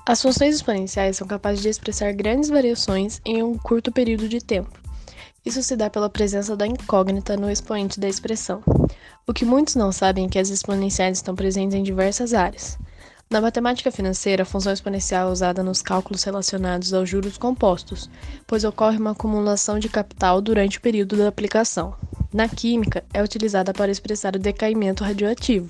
As funções exponenciais são capazes de expressar grandes variações em um curto período de tempo. Isso se dá pela presença da incógnita no expoente da expressão. O que muitos não sabem é que as exponenciais estão presentes em diversas áreas. Na matemática financeira, a função exponencial é usada nos cálculos relacionados aos juros compostos, pois ocorre uma acumulação de capital durante o período da aplicação. Na química, é utilizada para expressar o decaimento radioativo.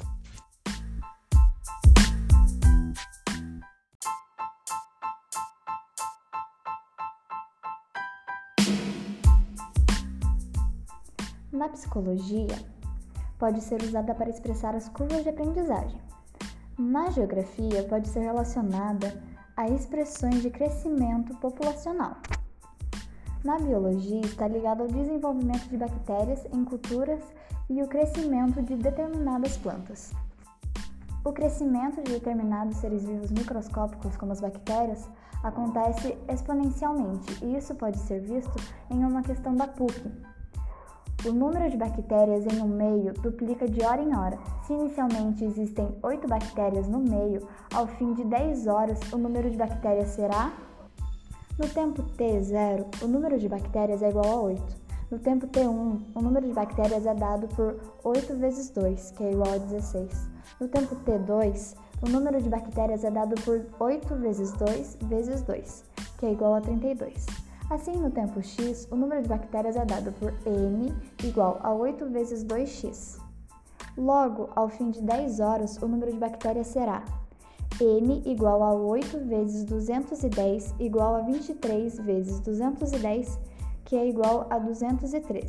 Na psicologia, pode ser usada para expressar as curvas de aprendizagem. Na geografia, pode ser relacionada a expressões de crescimento populacional. Na biologia, está ligada ao desenvolvimento de bactérias em culturas e o crescimento de determinadas plantas. O crescimento de determinados seres vivos microscópicos, como as bactérias, acontece exponencialmente, e isso pode ser visto em uma questão da PUC. O número de bactérias em um meio duplica de hora em hora. Se inicialmente existem 8 bactérias no meio, ao fim de 10 horas o número de bactérias será... No tempo t0, o número de bactérias é igual a 8. No tempo t1, o número de bactérias é dado por 8 vezes 2, que é igual a 16. No tempo t2, o número de bactérias é dado por 8 vezes 2 vezes 2, que é igual a 32. Assim, no tempo x, o número de bactérias é dado por n igual a 8 vezes 2x. Logo, ao fim de 10 horas, o número de bactérias será n igual a 8 vezes 210 igual a 23 vezes 210, que é igual a 213.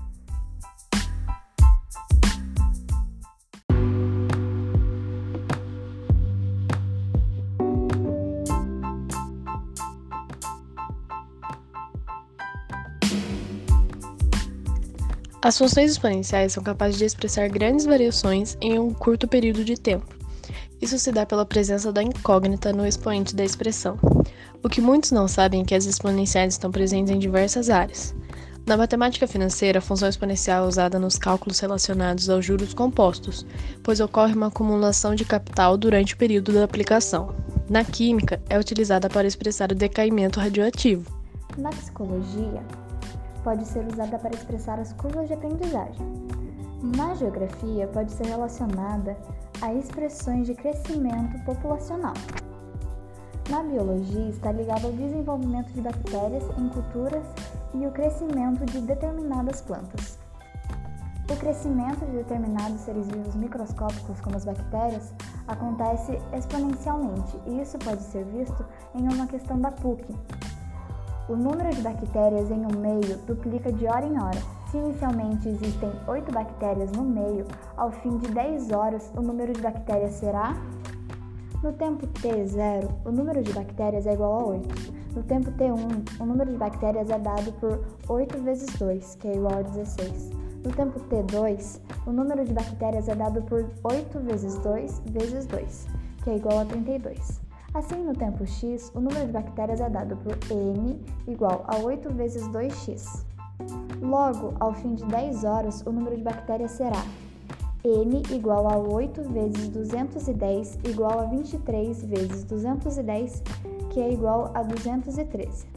As funções exponenciais são capazes de expressar grandes variações em um curto período de tempo. Isso se dá pela presença da incógnita no expoente da expressão. O que muitos não sabem é que as exponenciais estão presentes em diversas áreas. Na matemática financeira, a função exponencial é usada nos cálculos relacionados aos juros compostos, pois ocorre uma acumulação de capital durante o período da aplicação. Na química, é utilizada para expressar o decaimento radioativo. Na psicologia, pode ser usada para expressar as curvas de aprendizagem. Na geografia, pode ser relacionada a expressões de crescimento populacional. Na biologia, está ligada ao desenvolvimento de bactérias em culturas e o crescimento de determinadas plantas. O crescimento de determinados seres vivos microscópicos, como as bactérias, acontece exponencialmente, e isso pode ser visto em uma questão da PUC. O número de bactérias em um meio duplica de hora em hora. Se inicialmente existem 8 bactérias no meio, ao fim de 10 horas o número de bactérias será... No tempo t0, o número de bactérias é igual a 8. No tempo t1, o número de bactérias é dado por 8 vezes 2, que é igual a 16. No tempo t2, o número de bactérias é dado por 8 vezes 2 vezes 2, que é igual a 32. Assim, no tempo x, o número de bactérias é dado por n igual a 8 vezes 2x. Logo, ao fim de 10 horas, o número de bactérias será n igual a 8 vezes 210 igual a 23 vezes 210, que é igual a 213.